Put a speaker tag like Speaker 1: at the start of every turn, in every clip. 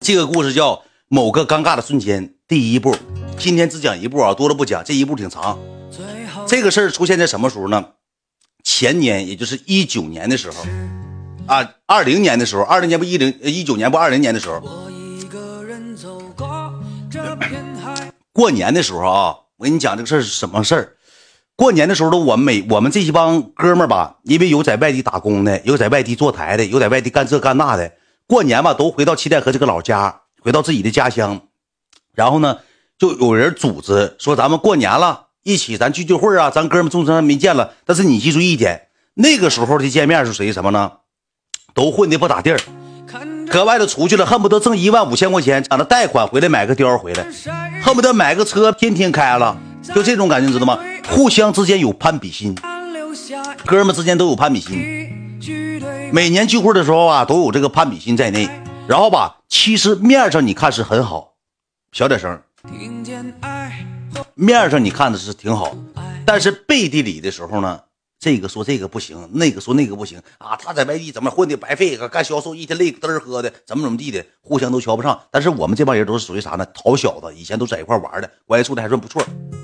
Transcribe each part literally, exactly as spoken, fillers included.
Speaker 1: 这个故事叫某个尴尬的瞬间第一步，今天只讲一步啊，多了不讲，这一步挺长。这个事儿出现在什么时候呢？前年，也就是一九年的时候啊，二零年的时候，二零年不一零一九年不二零年的时候，过年的时候啊，我跟你讲这个事儿是什么事儿。过年的时候呢，我们每我们这些帮哥们儿吧，因为有在外地打工的，有在外地坐台的，有在外地干这干那的，过年吧都回到七台河这个老家，回到自己的家乡。然后呢，就有人组织说咱们过年了，一起咱聚聚会啊，咱哥们终身没见了。但是你记住一点，那个时候的见面是谁什么呢？都混的不咋地儿，搁外头出去了，恨不得挣一万五千块钱，让他贷款回来买个貂回来，恨不得买个车天天开了，就这种感觉，知道吗？互相之间有攀比心，哥们之间都有攀比心。每年聚会的时候啊，都有这个攀比心在内。然后吧，其实面上你看是很好，小点声。面上你看的是挺好，但是背地里的时候呢，这个说这个不行，那个说那个不行啊，他在外地怎么混的白费，干销售一天累嘚儿喝的，怎么怎么地的，互相都瞧不上。但是我们这帮人都是属于啥呢？讨小子，以前都在一块玩的，关系处的还算不错。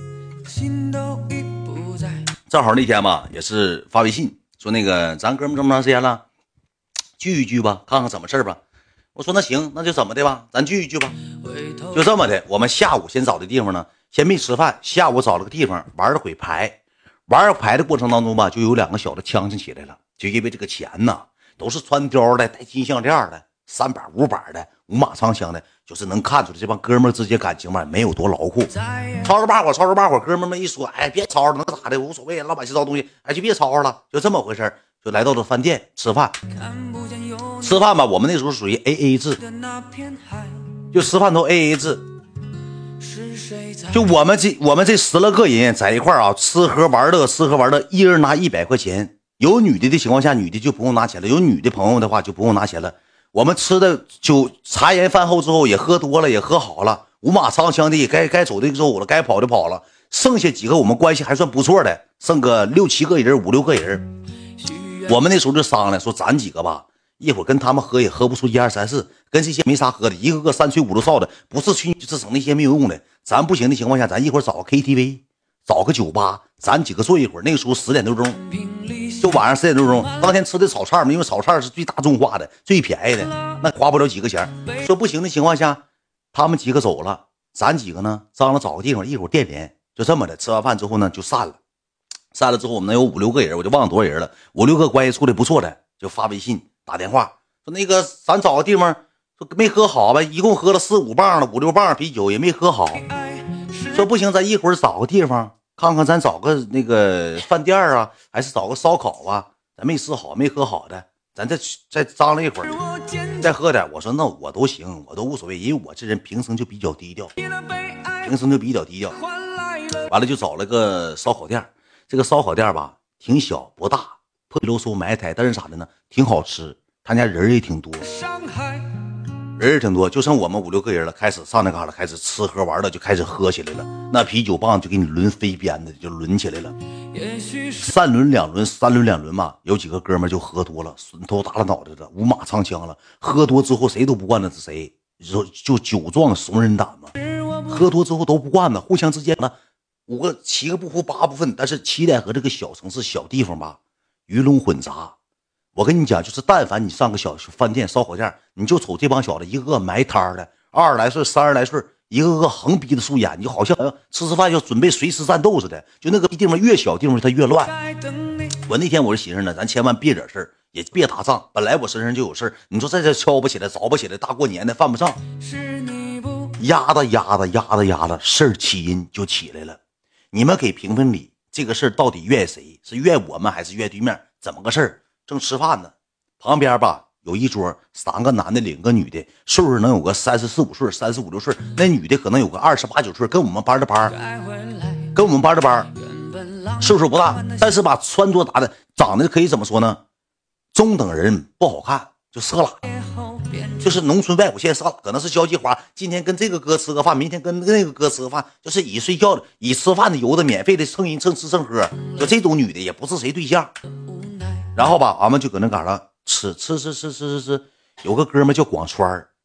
Speaker 1: 正好那天吧，也是发微信说那个咱哥们这么长时间了，聚一聚吧，看看怎么事吧。我说那行，那就怎么的吧，咱聚一聚吧。就这么的，我们下午先找的地方呢，先没吃饭，下午找了个地方玩了会牌。玩了牌的过程当中吧，就有两个小的呛呛起来了，就因为这个钱呢，都是穿貂的，带金项链的，三百五百的，五马长枪的，就是能看出来这帮哥们儿之间感情吧，没有多牢固。吵吵把火，吵吵把火，哥们儿们一说，哎，别吵吵，能咋的，无所谓，老百姓糟东西，哎，就别吵吵了，就这么回事，就来到了饭店吃饭。吃饭吧，我们那时候属于 A A 制，就吃饭都 A A 制。就我们这我们这十来个人在一块啊，吃喝玩乐，吃喝玩乐，一人拿一百块钱。有女的的情况下，女的就不用拿钱了；有女的朋友的话，就不用拿钱了。我们吃的就茶言饭后之后，也喝多了，也喝好了，五马长枪的也该该走的走了，该跑的跑了。剩下几个我们关系还算不错的，剩个六七个人，五六个人。我们那时候就商量说，咱几个吧。一会儿跟他们喝也喝不出一二三四，跟这些没啥喝的，一个个三吹五六哨的，不是去就是整那些没有用的。咱不行的情况下，咱一会儿找个 K T V， 找个酒吧，咱几个坐一会儿。那个时候十点多钟，就晚上十点多钟，当天吃的炒菜嘛，因为炒菜是最大众化的、最便宜的，那花不了几个钱。说不行的情况下，他们几个走了，咱几个呢，张罗找个地方，一会儿电联，就这么的。吃完饭之后呢，就散了。散了之后，我们能有五六个人，我就忘了多少人了，五六个关系处的不错的，就发微信。打电话说那个咱找个地方，说没喝好呗，一共喝了四五磅了，五六磅啤酒也没喝好。说不行，咱一会儿找个地方看看，咱找个那个饭店啊，还是找个烧烤啊，咱没吃好没喝好的，咱再再张罗一会儿，再喝点。我说那我都行，我都无所谓，因为我这人平时就比较低调，平时就比较低调。完了就找了个烧烤店，这个烧烤店吧挺小不大。破漏搜埋汰，但是啥的呢？挺好吃，他家人也挺多，人也挺多，就剩我们五六个人了。开始上那嘎了，开始吃喝玩乐，就开始喝起来了。那啤酒棒就给你轮飞鞭的，就轮起来了。三轮两轮，三轮两轮嘛。有几个哥们就喝多了，损头打了脑袋的，五马长枪了。喝多之后谁都不惯的是谁，就就酒壮怂人胆嘛。喝多之后都不惯了，互相之间呢，五个七个不服八不忿。但是七台河这个小城市小地方吧。鱼龙混杂，我跟你讲，就是但凡你上个小饭店烧烤店，你就瞅这帮小子一个个埋摊的，二十来岁三十来岁，一个个横逼的竖眼，就好像吃吃饭要准备随时战斗似的。就那个地方越小地方它越乱。我那天我是寻思呢，咱千万别惹事儿，也别打仗，本来我身上就有事儿，你说在这敲不起来凿不起来，大过年的犯不上，压着压着压着压着，事儿起因就起来了。你们给评分里这个事儿到底怨谁？是怨我们还是怨对面？怎么个事儿？正吃饭呢，旁边吧有一桌，三个男的领个女的，岁数能有个三十四五岁，三十五六岁。那女的可能有个二十八九岁，跟我们班的班，跟我们班的班，岁数不大，但是吧穿着打的长得可以怎么说呢？中等人，不好看，就色拉。就是农村外五线上，可能是交际花，今天跟这个哥吃个饭，明天跟那个哥吃个饭，就是以睡觉的以吃饭的由的免费的蹭人蹭吃蹭喝，就这种女的也不是谁对象。然后吧俺们就搁那嘎达吃吃吃吃吃吃吃，有个哥们叫广川，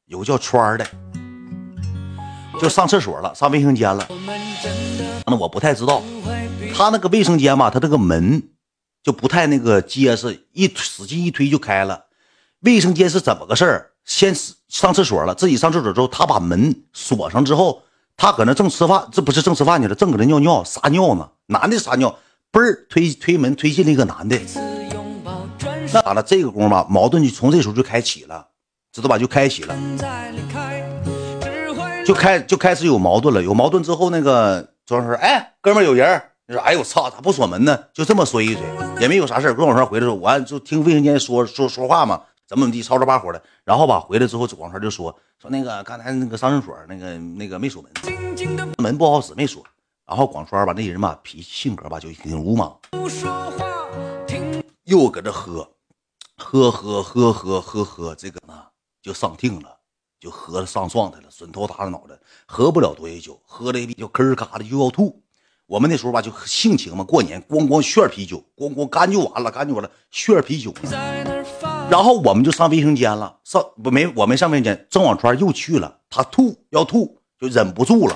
Speaker 1: 有个叫川的，就上厕所了，上卫生间了。那我不太知道，他那个卫生间吧，他这个门就不太那个结实，一使劲一推就开了。卫生间是怎么个事儿？先上厕所了，自己上厕所之后，他把门锁上之后，他搁那正吃饭，这不是正吃饭去了，正搁那尿尿撒尿呢。男的撒尿，嘣儿推推门推进了一个男的。那完了，这个功夫吧，矛盾就从这时候就开启了，知道吧？就开启了，就开就开始有矛盾了。有矛盾之后，那个庄说：“哎，哥们儿有人。”你说：“哎呦我操，咋不锁门呢？”就这么说一嘴，也没有啥事儿。跟我说回来说，我就听卫生间说说说话嘛，怎么怎么地，吵吵把火的。然后吧，回来之后，广川就说说那个刚才那个上厕所那个那个没锁门，门不好使没锁。然后广川吧，那人吧脾气性格吧就挺鲁莽，又搁这喝。喝喝喝喝喝喝，这个呢就上听了，就喝了上状态了，损头大脑的，喝不了多久，喝了一啤酒，吭嘎的就要吐。我们那时候吧就性情嘛，过年咣咣炫啤酒，咣咣干就完了，干就完了，炫啤酒呢。然后我们就上卫生间了，上不没我没上卫生间，郑广川又去了，他吐要吐就忍不住了，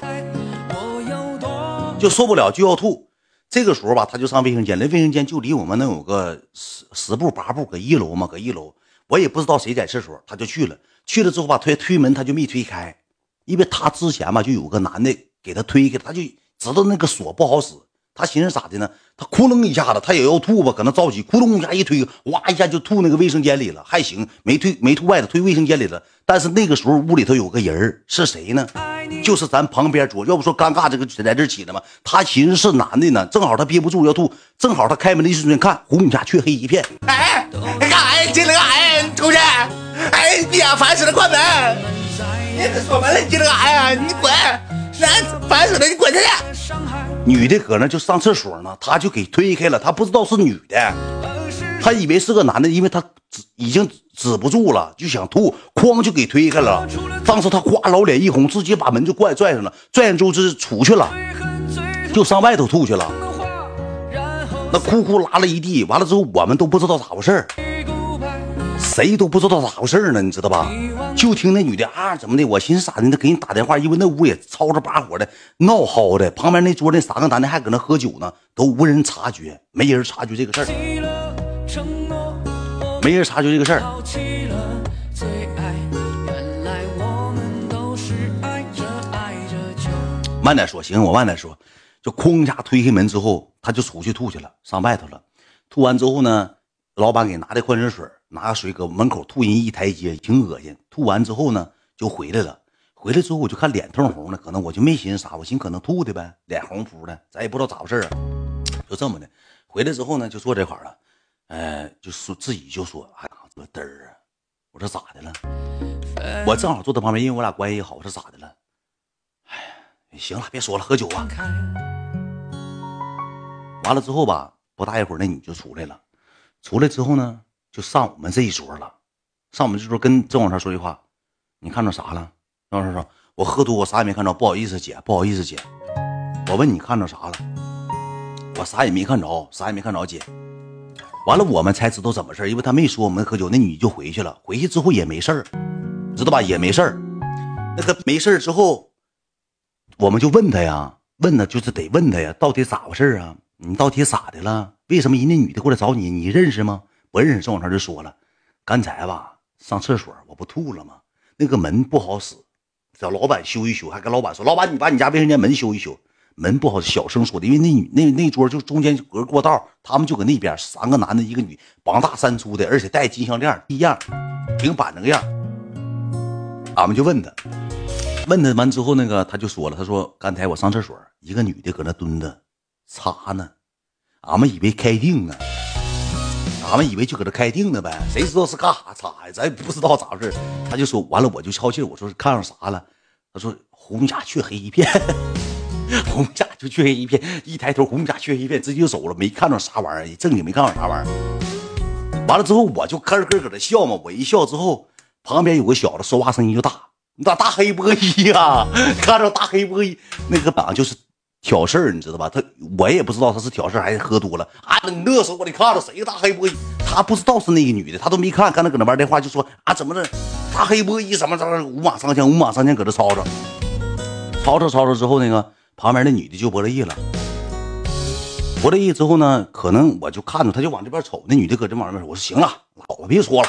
Speaker 1: 就受不了就要吐。这个时候吧，他就上卫生间，那卫生间就离我们能有个十十步八步，搁一楼嘛，搁一楼。我也不知道谁在厕所，他就去了。去了之后吧，推推门他就没推开，因为他之前吧就有个男的给他推开，他就知道那个锁不好使。他寻思咋的呢？他咕楞一下子，他也要吐吧，可能着急，咕隆一下一推，哇一下就吐那个卫生间里了。还行，没推没吐外头，推卫生间里了。但是那个时候屋里头有个人，是谁呢？就是咱旁边桌，要不说尴尬这个在这起了吗？他寻思是男的呢，正好他憋不住要吐，正好他开门的一瞬间看胡米家黢黑一片。哎，你干啥呀？进来干啥呀？你出去！哎，别烦死了，关门！你锁门了，你进来干啥呀？你滚！来，烦死了，你滚出去！女的搁那就上厕所呢，他就给推开了，他不知道是女的，他以为是个男的，因为他已经止不住了，就想吐，哐就给推开了。当时他哗老脸一红，直接把门就拽拽上了，拽上之后就是出去了，就上外头吐去了，那哭哭拉了一地。完了之后我们都不知道咋回事，谁都不知道咋回事呢，你知道吧？就听那女的啊怎么的，我寻思咋的呢，给你打电话，因为那屋也吵着把火的，闹嚎的，旁边那桌那三个男的还搁那喝酒呢，都无人察觉，没人察觉这个事儿，没人察觉这个事儿。慢点说，行，我慢点说。就哐一下推开门之后，他就出去吐去了，上外头了。吐完之后呢，老板给拿的矿泉水，拿个水搁门口吐人一台阶，挺恶心。吐完之后呢，就回来了。回来之后我就看脸通红的，可能我就没寻思啥，我寻思可能吐的呗，脸红扑的，咱也不知道咋回事啊。就这么的，回来之后呢，就坐这块了，呃，就说自己就说，哎呀，这嘚儿啊！我说咋的了？我正好坐他旁边，因为我俩关系好。我说咋的了？哎呀，行了，别说了，喝酒啊。完了之后吧，不大一会儿那女就出来了。出来之后呢，就上我们这一桌了。上我们这桌跟郑广川说句话，你看着啥了？郑广川说，我喝多，我啥也没看着，不好意思姐，不好意思姐。我问你看着啥了？我啥也没看着，啥也没看着姐。完了我们才知道怎么事，因为他没说我们喝酒，那女就回去了。回去之后也没事儿，知道吧？也没事儿。那个没事儿之后，我们就问他呀，问他就是得问他呀，到底咋回事啊？你到底咋的了？为什么人家女的过来找你？你认识吗？不认识。郑广川就说了，刚才吧上厕所我不吐了吗？那个门不好使，找老板修一修，还跟老板说，老板你把你家卫生间门修一修。门不好，小声说的，因为那女那那桌就中间隔过道，他们就搁那边，三个男的一个女，膀大三粗的，而且戴金项链一样，挺板那个样。俺们就问他，问他完之后，那个他就说了，他说刚才我上厕所，一个女的搁那蹲着擦呢，俺们以为开腚呢，俺们以为就搁这开腚呢呗，谁知道是干啥擦呀？咱也不知道咋回事。他就说完了，我就悄气，我说看上啥了？他说红甲黢黑一片。红甲就黢黑一片，一抬头红甲黢黑一片，直接就走了，没看着啥玩意儿，正经没看着啥玩意儿。完了之后我就咯咯搁这笑嘛，我一笑之后，旁边有个小子说话声音就大，你咋大黑波一呀？看着大黑波一，那个党就是挑事儿，你知道吧？他我也不知道他是挑事儿还是喝多了啊！你那时候我得看着谁大黑波一，他不知道是那个女的，他都没看，刚才搁那玩电话就说啊怎么的， 大黑波衣什么什么五马上枪，五马上枪搁这吵吵，吵吵吵吵之后，那个旁边那女的就不乐意了。不乐意之后呢，可能我就看着他就往这边瞅，那女的搁这往这边，我说行了，老子别说了。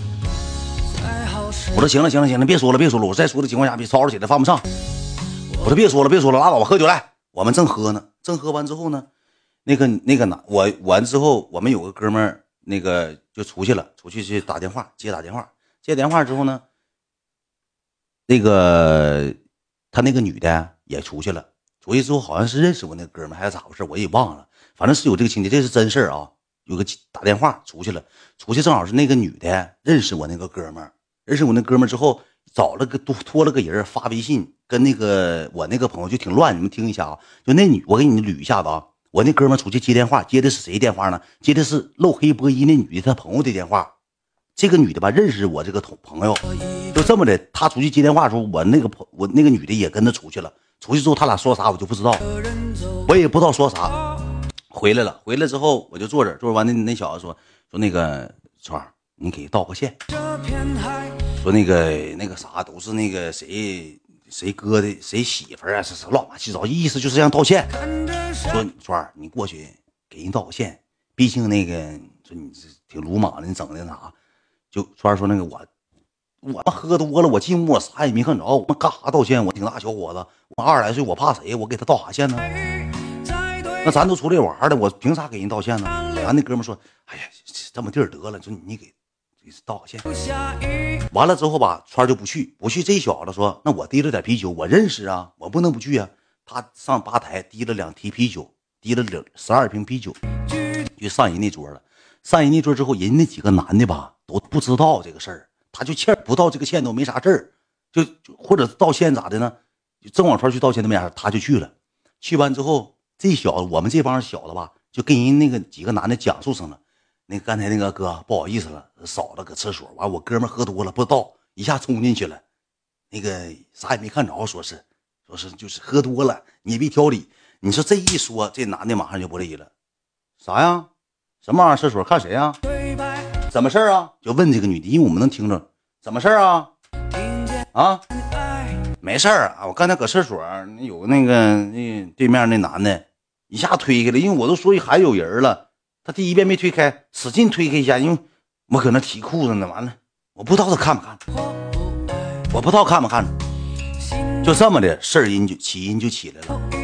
Speaker 1: 我说行了行了行了，别说了别说了，我再说的情况下别吵吵起来犯不上。我说别说了别说了，拉倒吧，喝酒来。我们正喝呢，正喝完之后呢，那个那个呢，我完之后，我们有个哥们儿那个就出去了，出去去打电话接打电话，接电话之后呢，那个他那个女的也出去了，出去之后好像是认识我那个哥们儿还是咋回事，我也忘了。反正是有这个情节，这是真事儿啊。有个打电话出去了，出去正好是那个女的认识我那个哥们儿，认识我那哥们儿之后，找了个托了个人发微信，跟那个我那个朋友就挺乱。你们听一下啊，就那女，我给你捋一下子啊。我那哥们儿出去接电话，接的是谁电话呢？接的是露黑波衣那女的她朋友的电话。这个女的吧，认识我这个朋友，就这么的。她出去接电话的时候，我那个朋我那个女的也跟着出去了。出去之后，他俩说啥我就不知道，我也不知道说啥。回来了，回来之后我就坐这，坐完那那小子说说那个川，你给道个歉，说那个那个啥都是那个谁谁哥的谁媳妇啊，是是乱七八糟，意思就是这样道歉。说川你过去给人道个歉，毕竟那个说你挺鲁莽的，你整的啥？就川说那个我我喝多了，我进屋我啥也没看着，我干啥道歉？我挺大小伙子，我二十来岁，我怕谁？我给他道啥歉呢？那咱都出来玩的，我凭啥给人道歉呢？咱那哥们说，哎呀，这么地儿得了，说你给道个歉。完了之后吧，川就不去，不去。这小子说，那我提了点啤酒，我认识啊，我不能不去啊。他上吧台提了两提啤酒，提了两十二瓶啤酒，就上人那桌了。上人那桌之后，人那几个男的吧都不知道这个事儿，他就欠不道这个歉都没啥事儿，就或者道歉咋的呢？郑广川去道歉都没啥，他就去了。去完之后。这小子，我们这帮小子吧，就跟人那个几个男的讲述上了。那个刚才那个哥不好意思了，嫂子搁厕所，完我哥们喝多了不知道，一下冲进去了，那个啥也没看着，说是说是就是喝多了，你也别挑理。你说这一说，这男的马上就不乐意了，啥呀？什么玩意儿？厕所看谁呀？什么事儿啊？就问这个女的，因为我们能听着，什么事儿啊？啊？没事儿啊，我刚才搁厕所有那个那对面那男的。一下推开了，因为我都说还有人了，他第一遍没推开，使劲推开一下，因为我搁那提裤子呢。完了，我不知道他看不看，我不知道看不看，就这么的事儿因就起因就起来了。